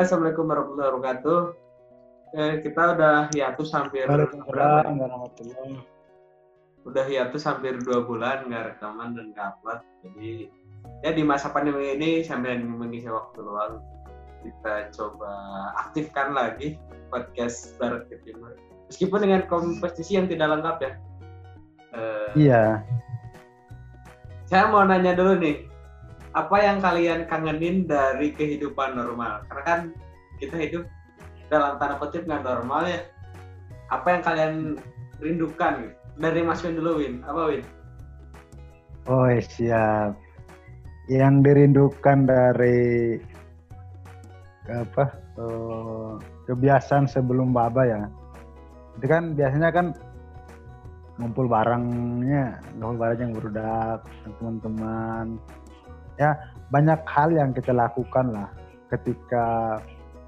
Assalamualaikum warahmatullahi wabarakatuh. Kita udah hiatus hampir Waalaikumsalam warahmatullahi. Udah hiatus hampir 2 bulan nggak rekaman dan nggak upload. Jadi ya di masa pandemi ini sambil mengisi waktu luang kita coba aktifkan lagi podcast Barat ke Timur. Meskipun dengan komposisi yang tidak lengkap ya. Iya. Saya mau nanya dulu nih, apa yang kalian kangenin dari kehidupan normal? Karena kan kita hidup dalam tanda kutip nggak normal ya. Apa yang kalian rindukan? Dari Mas Win dulu, Win. Apa, Win? Oh, siap. Yang dirindukan dari kebiasaan sebelum baba ya. Itu kan biasanya kan ngumpul barengnya, yang berudak teman-teman. Ya, banyak hal yang kita lakukan lah ketika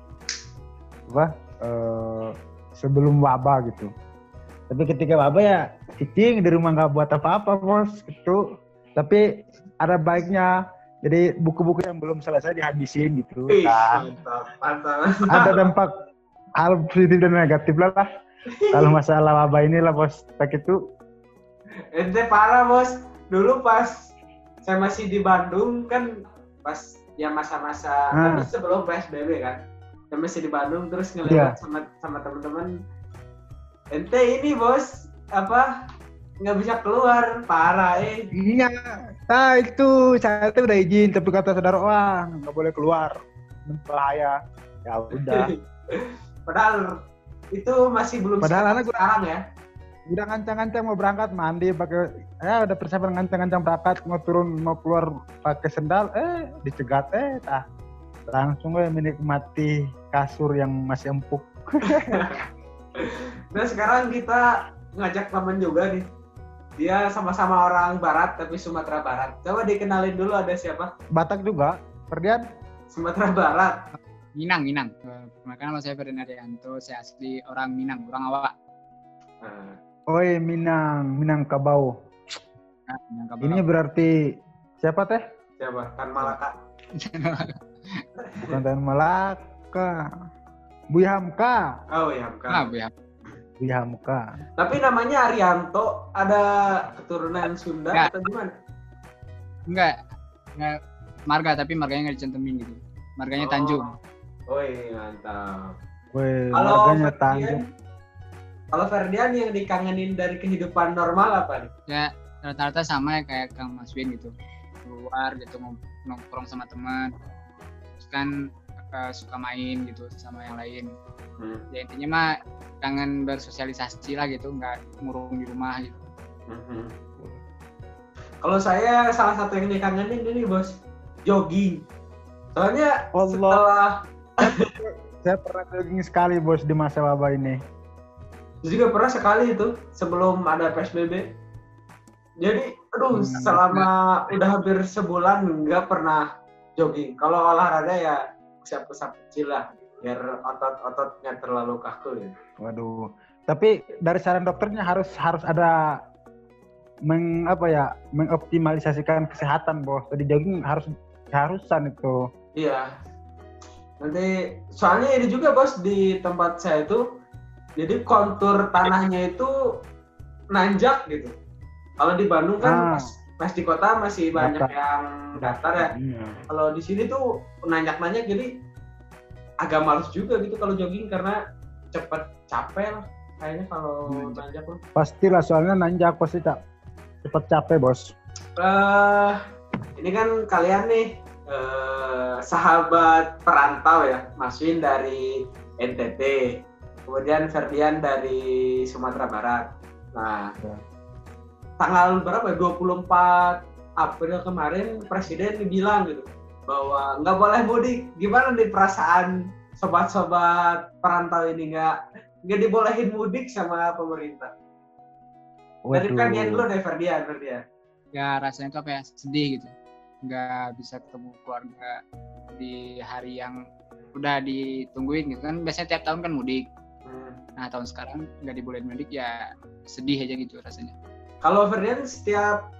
sebelum wabah gitu. Tapi ketika wabah ya cicing di rumah nggak buat apa-apa bos gitu. Tapi ada baiknya, jadi buku-buku yang belum selesai dihabisin gitu. Mantap. Ada dampak hal positif dan negatif lah. Kalau masalah wabah inilah bos, kayak itu. Ente parah bos. Dulu pas saya masih di Bandung kan, pas ya masa-masa tapi sebelum PSBB kan, saya masih di Bandung terus ngeliat sama teman-teman. Ente ini bos nggak bisa keluar, parah Iya, itu saya tuh udah izin tapi kata saudara nggak boleh keluar, bahaya. Ya udah. Padahal itu masih belum. Padahal anak sekarang ya. Udah ngancang-ngancang mau berangkat mandi pakai, udah persiapan ngancang-ngancang berangkat mau turun mau keluar pakai sendal, dicegat langsung menikmati kasur yang masih empuk. Nah sekarang kita ngajak teman juga nih. Dia sama-sama orang Barat tapi Sumatera Barat. Coba dikenalin dulu, ada siapa? Batak juga, Ferdian. Sumatera Barat. Minang. Perkenalkan nama saya Ferdian Arianto, saya asli orang Minang, orang Awak. Oi, Minang Kabau. Minang Kabau. Ini berarti siapa teh? Siapa? Tan Malaka. Bukan Tan Malaka. Buya Hamka. Oh iya Hamka. Buya Hamka. Tapi namanya Arianto, ada keturunan Sunda atau gimana? Enggak marga, tapi marganya nggak dicantumin gitu. Marganya Tanjung. Woi, mantap. Marganya Tanjung. Kalau Ferdian yang dikangenin dari kehidupan normal apa nih? Ya rata-rata sama ya kayak Kang Mas Win gitu. Keluar gitu, nongkrong sama teman. Terus kan suka main gitu sama yang lain. Ya intinya mah kangen bersosialisasi lah gitu, nggak ngurung di rumah gitu. Kalau saya salah satu yang dikangenin ini bos, jogging. Soalnya setelah saya pernah jogging sekali bos di masa wabah ini. Juga pernah sekali itu sebelum ada PSBB. Jadi selama udah hampir sebulan nggak pernah jogging. Kalau olahraga ya pusat-pusat kecil lah, biar otot-otot nggak terlalu kaku ya. Waduh, tapi dari saran dokternya harus ada mengoptimalisasikan kesehatan bos. Jadi jogging harusan itu. Iya. Nanti soalnya ini juga bos, di tempat saya itu, jadi kontur tanahnya itu nanjak gitu. Kalau di Bandung kan pas di kota masih banyak yang datar ya. Kalau di sini tuh nanjak-nanjak, jadi agak males juga gitu kalau jogging karena cepet capek lah kayaknya kalau nanjak loh. Pastilah, soalnya nanjak pasti cepet capek bos. Ini kan kalian nih sahabat perantau ya, Mas Win dari NTT, kemudian Ferdian dari Sumatera Barat. Nah, tanggal berapa? 24 April kemarin Presiden bilang gitu bahwa nggak boleh mudik. Gimana nih perasaan sobat-sobat perantau ini, nggak dibolehin mudik sama pemerintah? Dari Ferdian dulu deh, Ferdian. Ya rasanya tuh sedih gitu. Nggak bisa ketemu keluarga di hari yang udah ditungguin gitu kan. Biasanya tiap tahun kan mudik. Nah tahun sekarang nggak dibolehin mudik, ya sedih aja gitu rasanya. Kalau Ferdian setiap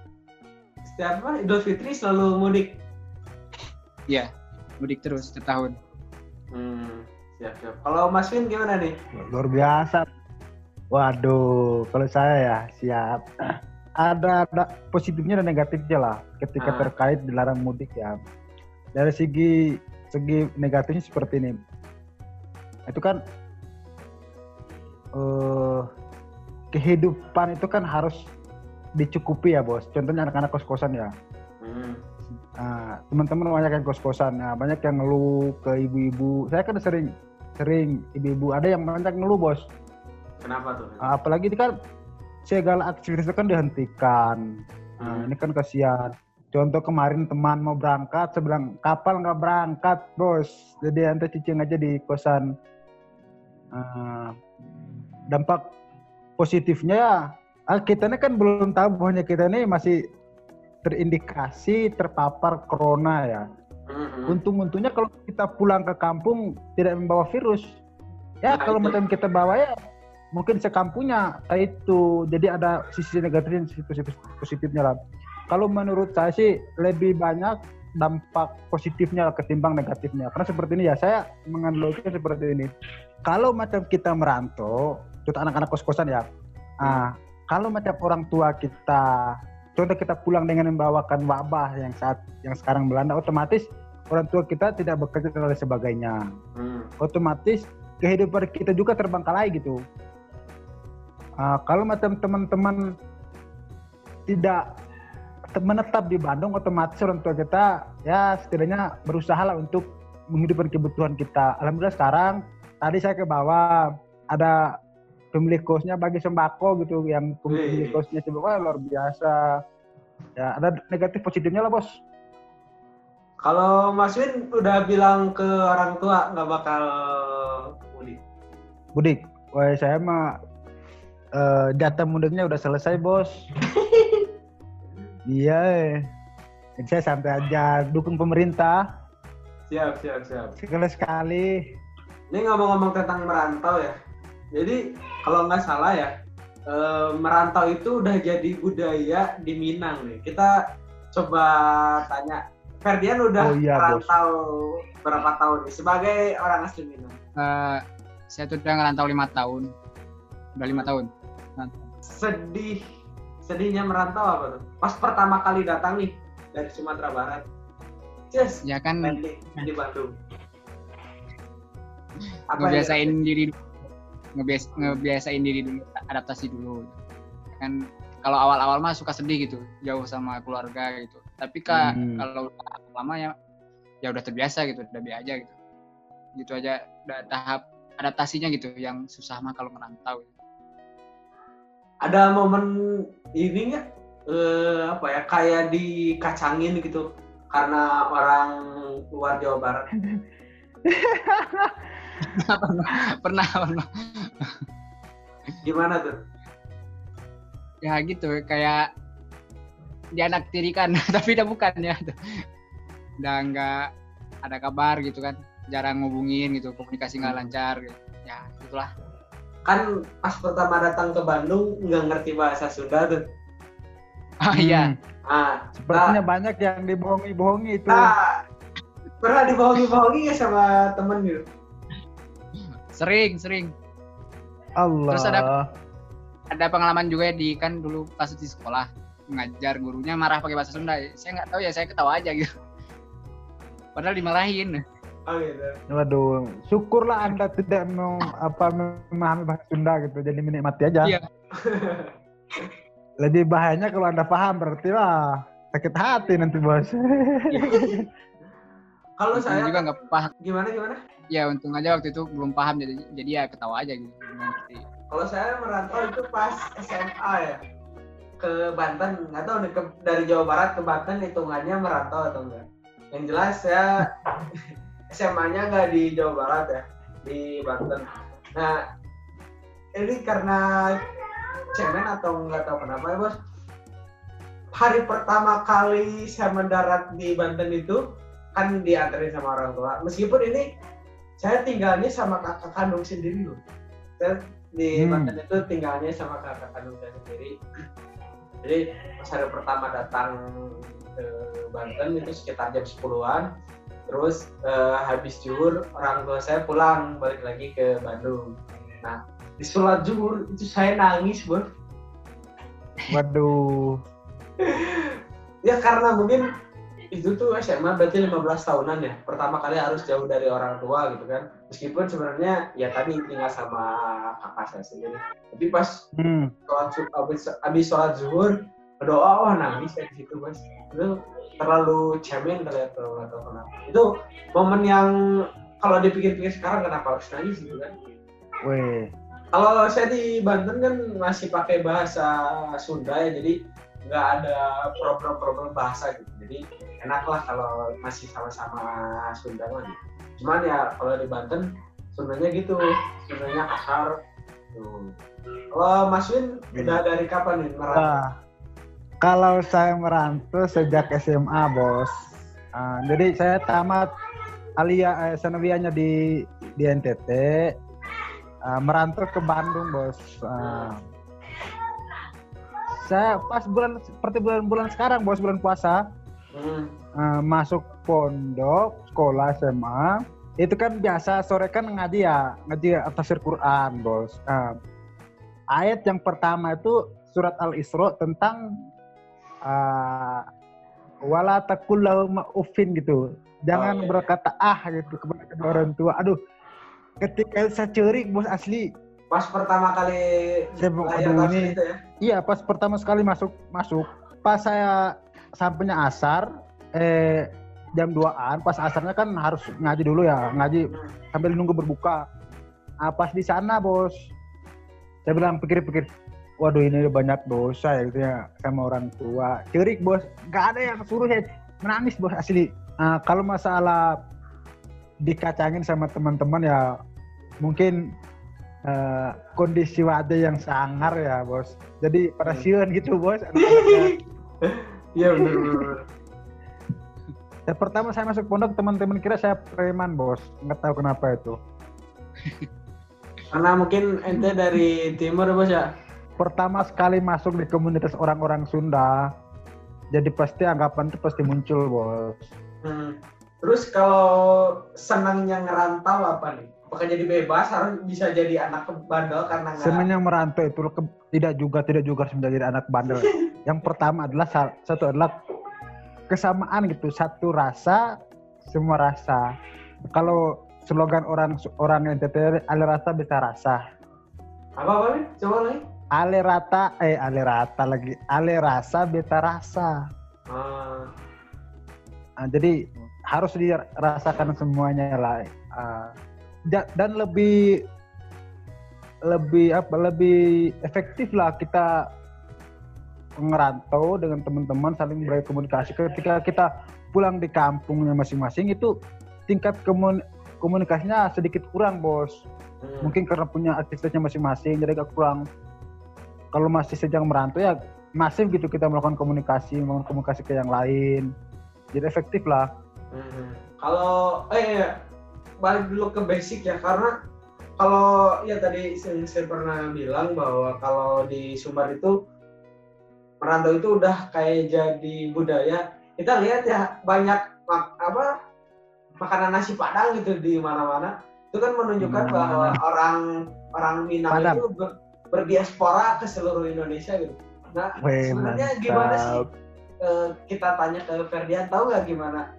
Idul Fitri selalu mudik? Iya, mudik terus setiap tahun. Siap. Kalau Mas Win gimana nih? Luar biasa. Waduh, kalau saya ya siap. Ada positifnya dan negatifnya lah ketika terkait dilarang mudik ya. Dari segi negatifnya seperti ini. Itu kan kehidupan itu kan harus dicukupi ya bos. Contohnya anak-anak kos-kosan ya. Nah, teman-teman banyak yang kos-kosan, nah, banyak yang ngeluh ke ibu-ibu. Saya kan sering ibu-ibu ada yang banyak ngeluh bos. Kenapa tuh? Apalagi ini kan segala aktivitas itu kan dihentikan. Nah, ini kan kasihan. Contoh kemarin teman mau berangkat, saya bilang kapal nggak berangkat bos. Jadi ente cicing aja di kosan. Dampak positifnya ya, kita ini kan belum tahu bahwa kita ini masih terindikasi terpapar corona ya. Untung-untungnya kalau kita pulang ke kampung tidak membawa virus. Ya kalau macam kita bawa ya mungkin sekampungnya itu. Jadi ada sisi negatifnya, sisi positifnya lah. Kalau menurut saya sih lebih banyak dampak positifnya ketimbang negatifnya. Karena seperti ini ya, saya menganalogikan seperti ini. Kalau macam kita merantau, contoh anak-anak kos-kosan ya. Kalau macam orang tua kita, contoh kita pulang dengan membawakan wabah yang sekarang melanda, otomatis orang tua kita tidak bekerja dan lain sebagainya. Otomatis kehidupan kita juga terbengkalai gitu. Kalau macam teman-teman tidak menetap di Bandung, otomatis orang tua kita ya setidaknya berusaha lah untuk menghidupkan kebutuhan kita. Alhamdulillah sekarang tadi saya ke bawah ada pemilik kosnya bagi sembako gitu, yang pemilik kosnya sembako luar biasa. Ya ada negatif positifnya lah bos. Kalau Mas Win udah bilang ke orang tua nggak bakal mudik. Wah saya mah jatah mudiknya udah selesai bos. Iya. Jadi saya santai aja dukung pemerintah. Siap. Sekali. Ini ngomong-ngomong tentang merantau ya. Jadi kalau nggak salah ya, merantau itu udah jadi budaya di Minang nih. Kita coba tanya, Ferdian udah merantau berapa tahun nih sebagai orang asli Minang? Saya tuh udah ngerantau 5 tahun. Udah 5 tahun. Sedihnya merantau apa tuh? Pas pertama kali datang nih dari Sumatera Barat. Yes, ya kan di Bandung. Ngebiasain diri dulu, adaptasi dulu. Kan kalau awal-awal mah suka sedih gitu, jauh sama keluarga gitu. Tapi kalau lama ya udah terbiasa gitu, udah biasa aja gitu. Gitu aja, udah tahap adaptasinya gitu yang susah mah kalau merantau. Ada momen ini nggak kayak dikacangin gitu karena orang luar Jawa Barat? Pernah. Gimana tuh? Ya gitu, kayak dianaktirikan, tapi udah bukan ya. Udah nggak ada kabar gitu kan, jarang ngubungin gitu, komunikasi nggak lancar gitu. Ya itulah. Kan pas pertama datang ke Bandung nggak ngerti bahasa Sunda tuh. Iya. Sepertinya banyak yang dibohongi itu. Pernah dibohongi ya sama temen gitu? Sering. Allah. Terus ada pengalaman juga di kan dulu pas di sekolah ngajar, gurunya marah pakai bahasa Sunda. Saya nggak tahu ya, saya ketawa aja gitu. Padahal dimarahin. Oh gitu. Waduh, syukurlah Anda tidak memahami bahasa Sunda gitu, jadi menikmati aja. Iya. Lebih bahayanya kalau Anda paham, berarti lah sakit hati nanti bos. Kalau saya juga nggak paham. Gimana? Ya untung aja waktu itu belum paham, jadi ya ketawa aja gitu. Kalau saya merantau itu pas SMA ya, ke Banten. Nggak tahu nih dari Jawa Barat ke Banten hitungannya merantau atau enggak. Yang jelas saya SMA-nya nggak di Jawa Barat ya, di Banten. Nah, ini karena cemen atau nggak tahu kenapa ya bos. Hari pertama kali saya mendarat di Banten itu kan diantarin sama orang tua. Meskipun ini saya tinggalnya sama kakak kandung sendiri loh. Saya di Banten itu tinggalnya sama kakak kandung saya sendiri. Jadi pas hari pertama datang ke Banten itu sekitar jam 10-an. Terus habis zuhur orang tua saya pulang balik lagi ke Bandung. Nah di sholat zuhur itu saya nangis bos. Waduh. Ya karena mungkin itu tuh SMA berarti 15 tahunan ya. Pertama kali harus jauh dari orang tua gitu kan. Meskipun sebenarnya ya tadi tinggal sama kakak saya sendiri. Tapi pas habis sholat zuhur berdoa, nangis kayak gitu mas. Itu terlalu cemen terlihat kalau nggak tahu kenapa. Itu momen yang kalau dipikir-pikir sekarang kenapa harus nangis gitu kan? Weh. Kalau saya di Banten kan masih pakai bahasa Sunda ya, jadi nggak ada problem-problem bahasa gitu. Jadi enak lah kalau masih sama-sama Sunda mah gitu. Cuman ya kalau di Banten Sundanya gitu, Sundanya kasar. Tuh. Kalau Mas Win udah dari kapan nih merantau? Kalau saya merantau sejak SMA bos. Jadi saya tamat sanawiyahnya di NTT, merantau ke Bandung bos. Saya pas seperti bulan sekarang bos, bulan puasa. Masuk pondok sekolah SMA itu kan biasa sore kan ngaji tafsir Quran bos. Ayat yang pertama itu surat Al-Isra tentang wala taqul lahum uffin gitu, jangan berkata gitu kepada orang tua. Aduh, ketika saya cerik bos asli pas pertama kali ini itu ya? Iya pas pertama sekali masuk pas saya sampainya asar jam 2-an, pas asarnya kan harus ngaji dulu ya, ngaji sambil nunggu berbuka. Pas di sana bos saya bilang pikir waduh ini banyak dosa ya gitu ya sama orang tua, cerik bos, gak ada yang suruh ya, menangis bos asli. Kalau masalah dikacangin sama teman-teman ya mungkin kondisi wadah yang sangar ya bos, jadi pada siun gitu bos anak-anaknya. Iya benar. Pertama saya masuk pondok teman-teman kira saya preman bos, nggak tahu kenapa itu. Karena mungkin ente dari timur bos ya. Pertama sekali masuk di komunitas orang-orang Sunda, jadi pasti anggapan itu pasti muncul bos. Terus kalau senangnya ngerantau apa nih? Apakah jadi bebas, harus bisa jadi anak bandel karena nggak? Senangnya merantau itu tidak juga harus menjadi anak bandel. Yang pertama adalah satu adalah kesamaan gitu, satu rasa semua rasa. Kalau slogan orang NTT, ale rasa bisa rasa. Apa nih? Coba lagi. Ale rasa beta rasa. Jadi harus dirasakan semuanya lah. Dan lebih efektif lah kita ngerantau dengan teman-teman, saling berkomunikasi. Ketika kita pulang di kampungnya masing-masing itu tingkat komunikasinya sedikit kurang bos. Mungkin karena punya aktivitasnya masing-masing jadi agak kurang. Kalau masih sedang merantau ya masif gitu kita melakukan komunikasi ke yang lain, jadi efektif lah. Kalau balik dulu ke basic ya, karena kalau ya tadi saya pernah bilang bahwa kalau di Sumbar itu merantau itu udah kayak jadi budaya. Kita lihat ya banyak makanan nasi Padang gitu di mana-mana. Itu kan menunjukkan bahwa orang Minang itu berdiaspora ke seluruh Indonesia gitu. Nah, sebenarnya gimana sih? Kita tanya ke Ferdian, tahu nggak gimana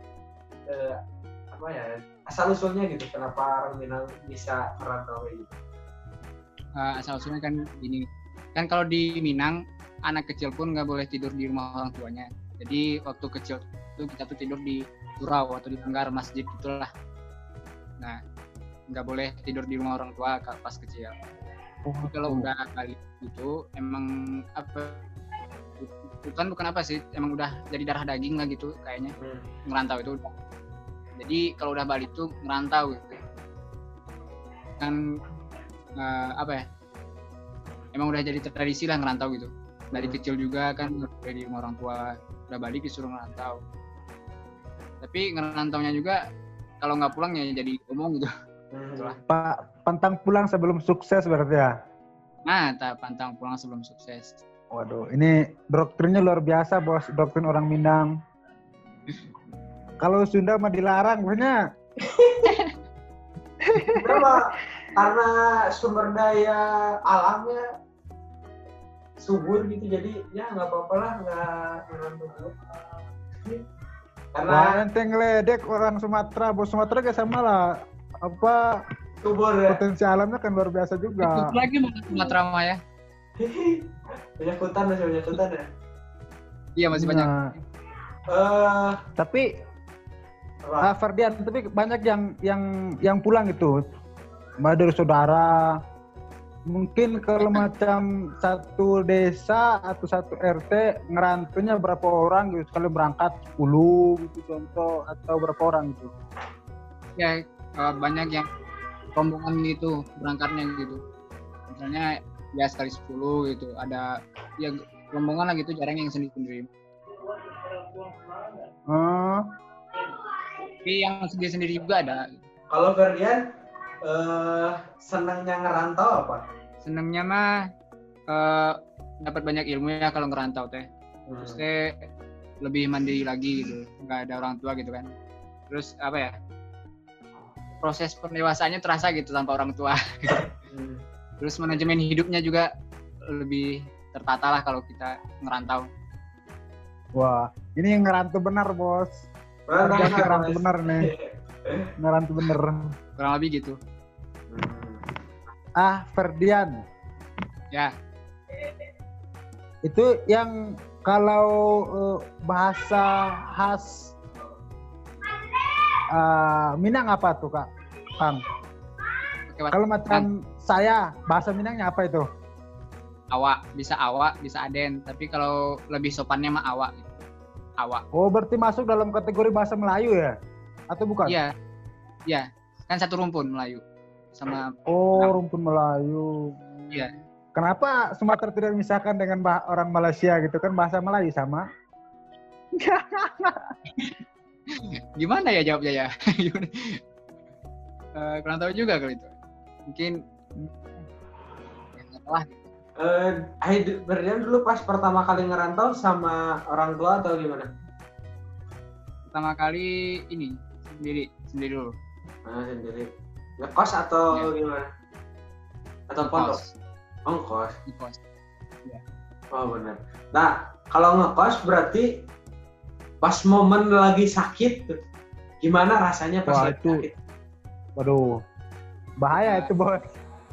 asal usulnya gitu? Kenapa orang Minang bisa merantau kayak gitu? Asal usulnya kan gini, kan kalau di Minang anak kecil pun nggak boleh tidur di rumah orang tuanya. Jadi waktu kecil itu kita tuh tidur di surau atau di tenggar masjid itulah. Nah, nggak boleh tidur di rumah orang tua pas kecil. Kalau udah kali itu emang bukan apa sih, emang udah jadi darah daging lah gitu kayaknya. Ngerantau itu udah. Jadi kalau udah balik tuh ngerantau gitu. Kan emang udah jadi tradisi lah ngerantau gitu. Dari kecil juga kan dari rumah orang tua, udah balik disuruh ngerantau. Tapi ngerantaunya juga kalau nggak pulang ya jadi omong gitu. Pak, pantang pulang sebelum sukses berarti ya? Nah, pantang pulang sebelum sukses. Waduh, ini doktrinnya luar biasa bos, doktrin orang Minang. Kalau Sunda mah dilarang pokoknya. Kenapa? Karena sumber daya alamnya subur gitu, jadi ya nggak apa-apa lah, nggak dulu. Karena ente ngeledek orang Sumatera, bos Sumatera kayak sama lah. Apa subur ya. Potensi alamnya kan luar biasa juga. Lagi Sumatera mah ya. Banyak hutan ya. Iya masih banyak. Tapi Ferdian, tapi banyak yang pulang itu, dari saudara. Mungkin kalau macam satu desa atau satu RT ngerantunya berapa orang gitu, sekali berangkat 10 gitu contoh, atau berapa orang gitu? Ya banyak yang rombongan gitu berangkatnya gitu. Misalnya ya sekali 10 gitu, ada ya rombongan lah gitu, jarang yang sendiri-sendiri. Tapi yang sendiri-sendiri juga ada. Kalau Ferdian senangnya ngerantau apa? Senangnya mah dapat banyak ilmu ya kalau ngerantau teh. Terus teh lebih mandiri lagi gitu, nggak ada orang tua gitu kan. Terus apa ya? Proses pendewasaannya terasa gitu tanpa orang tua. Terus manajemen hidupnya juga lebih tertata lah kalau kita ngerantau. Wah, ini ngerantau benar bos. Ngerantau benar nih. Ngerantau bener. Kurang lebih gitu. Ferdian. Ya. Itu yang kalau bahasa khas Minang apa tuh Kak? Kang. Kalau macam saya, bahasa Minangnya apa itu? Awak, bisa aden. Tapi kalau lebih sopannya mah awak. Awak. Oh, berarti masuk dalam kategori bahasa Melayu ya? Atau bukan? Iya. Iya. Kan satu rumpun Melayu sama. Rumpun Melayu. Iya. Kenapa Sumatera tidak dimisahkan dengan orang Malaysia gitu kan, bahasa Melayu sama? Gimana ya jawabnya ya? Kurang tahu juga kalau itu. Mungkin salah. Berdiam dulu pas pertama kali ngerantau sama orang tua atau gimana? Pertama kali ini sendiri dulu. Sendiri. Ngekos atau gimana? Atau pondok? Ngekos. Ya. Oh benar. Nah kalau ngekos berarti pas momen lagi sakit, gimana rasanya pas lagi sakit? Waduh, bahaya itu bos.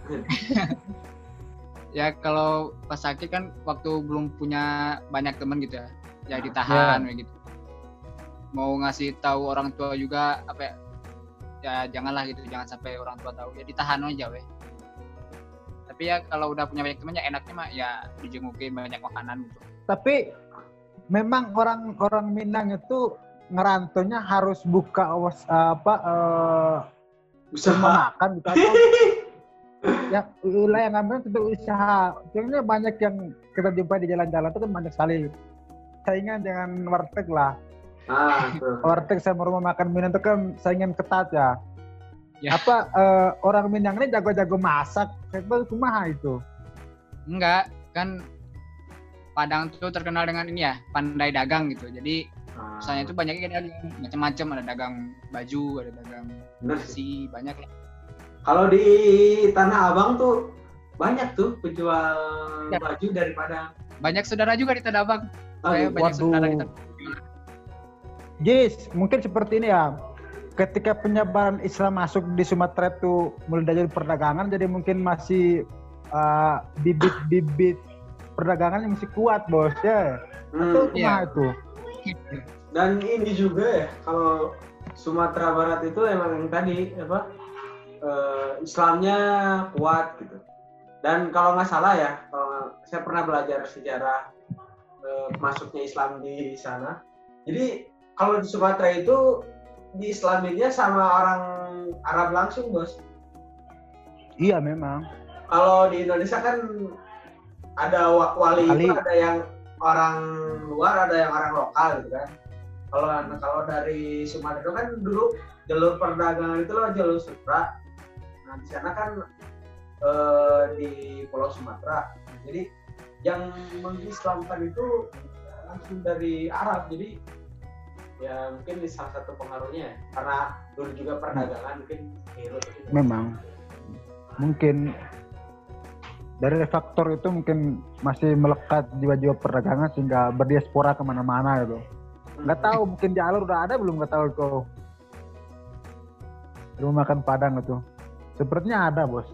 Ya kalau pas sakit kan waktu belum punya banyak teman gitu ya, ya ditahan gitu. Mau ngasih tahu orang tua juga apa ya janganlah gitu, jangan sampai orang tua tahu, ya ditahan aja weh. Tapi ya kalau udah punya banyak teman ya enaknya mah ya dijengukin banyak makanan gitu. Tapi memang orang Minang itu ngerantaunya harus buka usaha makan gitu atau ya wilayah ngambil itu usaha. Soalnya banyak yang kita jumpa di jalan-jalan itu kan banyak sekali saingan dengan warteg lah. Warteg sama rumah makan Minang itu kan saingan ketat ya. Apa orang Minang ini jago-jago masak, itu kumaha itu? Enggak, kan Padang tuh terkenal dengan ini ya, pandai dagang gitu. Jadi misalnya itu banyaknya dagang macam-macam, ada dagang baju, ada dagang nasi, banyak lah. Kalau di Tanah Abang tuh banyak tuh penjual baju dari Padang. Banyak saudara juga di Tanah Abang. Banyak saudara di Tanah Abang. Jis, mungkin seperti ini ya. Ketika penyebaran Islam masuk di Sumatera itu mulai dari perdagangan, jadi mungkin masih bibit-bibit perdagangannya masih kuat bos ya. Atau kumaha itu? Dan ini juga ya, kalau Sumatera Barat itu emang yang tadi Islamnya kuat gitu. Dan kalau nggak salah ya, kalau saya pernah belajar sejarah masuknya Islam di sana. Jadi kalau di Sumatera itu diislaminnya sama orang Arab langsung bos. Iya memang. Kalau di Indonesia kan ada wali itu ada yang orang luar, ada yang orang lokal gitu kan. Kalau dari Sumatera itu kan dulu jalur perdagangan itu loh jalur Sutra. Nah di sana kan di Pulau Sumatera. Jadi yang mengislamkan itu langsung dari Arab. Jadi Ya mungkin di salah satu pengaruhnya ya. Karena dulu juga perdagangan mungkin hiruk. Memang mungkin dari faktor itu mungkin masih melekat jiwa-jiwa perdagangan sehingga berdiaspora kemana-mana gitu. Nggak tahu mungkin di Alor udah ada belum, nggak tahu kok. Rumah makan Padang itu sepertinya ada, bos.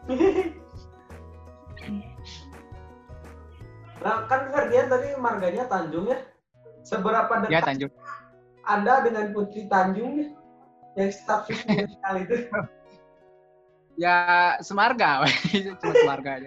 Nah kan Ferdian tadi marganya Tanjung ya. Seberapa dekat Ya Tanjung. Anda dengan Putri Tanjung ya? Yang staf sekali itu? Ya semarga, cuma semarga aja.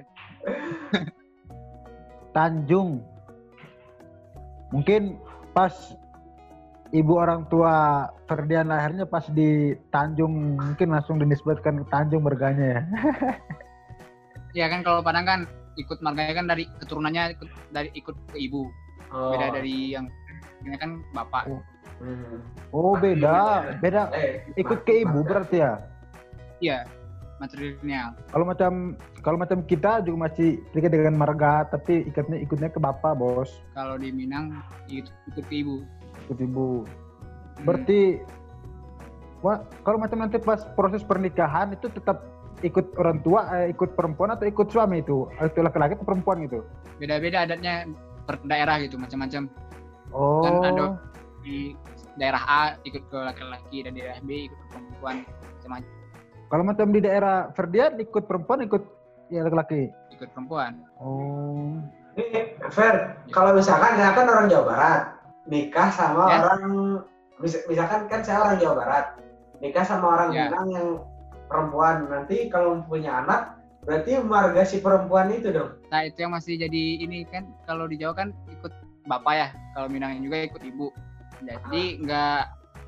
Tanjung. Mungkin pas ibu orang tua Ferdian lahirnya pas di Tanjung, mungkin langsung dinisbatkan ke Tanjung marganya ya. Ya kan kalau Padang kan ikut marganya kan dari keturunannya ikut ke ibu. Beda dari yang ini kan bapak. Oh beda ikut ke ibu berarti ya? Iya, matrilineal. Kalau macam kita juga masih terikat dengan marga tapi ikutnya ke bapak, bos. Kalau di Minang ikut ke ibu. Ikut ibu. Berarti kalau macam nanti pas proses pernikahan itu tetap ikut orang tua, ikut perempuan atau ikut suami itu laki-laki atau perempuan gitu? Beda-beda adatnya per daerah gitu, macam-macam. Oh. Kan ada di daerah A ikut ke laki-laki dan di daerah B ikut ke perempuan, macam-macam. Kalau macam di daerah Ferdian ikut perempuan, ikut ya laki-laki? Ikut perempuan. Oh. Ini Fer, kalau misalkan saya kan orang Jawa Barat, nikah sama orang, misalkan kan saya orang Jawa Barat, nikah sama orang Minang yang perempuan, nanti kalau punya anak berarti marga si perempuan itu dong. Nah itu yang masih jadi ini kan, kalau di Jawa kan ikut bapak ya, kalau Minang juga ikut ibu. Jadi nggak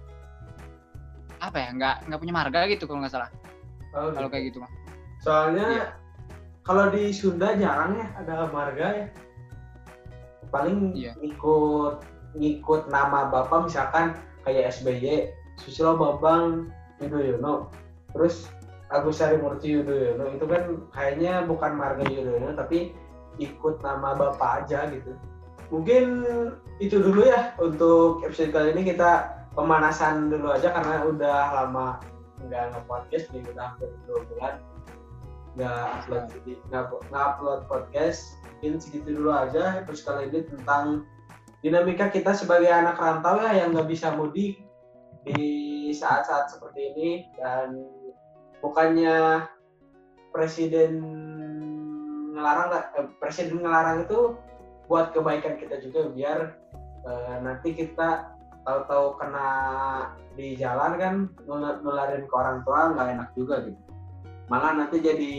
punya marga gitu kalau nggak salah. Oh, kalau kayak gitu mah. Soalnya kalau di Sunda jarang ya ada marga ya. Paling ngikut nama bapak, misalkan kayak SBY, Susilo Bambang Yudhoyono, terus Agus Harimurti Yudhoyono, itu kan kayaknya bukan marga Yudhoyono tapi ikut nama bapak aja gitu. Mungkin itu dulu ya untuk episode kali ini, kita pemanasan dulu aja karena udah lama nggak nge-podcast nih, udah hampir 2 bulan nggak upload podcast. Mungkin segitu dulu aja episode kali ini tentang dinamika kita sebagai anak rantau ya yang nggak bisa mudik di saat-saat seperti ini. Dan bukannya presiden ngelarang itu buat kebaikan kita juga, biar nanti kita tahu-tahu kena di jalan kan nularin ke orang tua, nggak enak juga gitu. Malah nanti jadi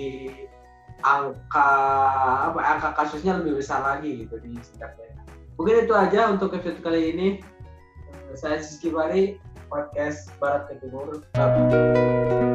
angka kasusnya lebih besar lagi gitu di sekitar daerah. Mungkin itu aja untuk episode kali ini. Saya Siski Bari, podcast Barat ke Timur.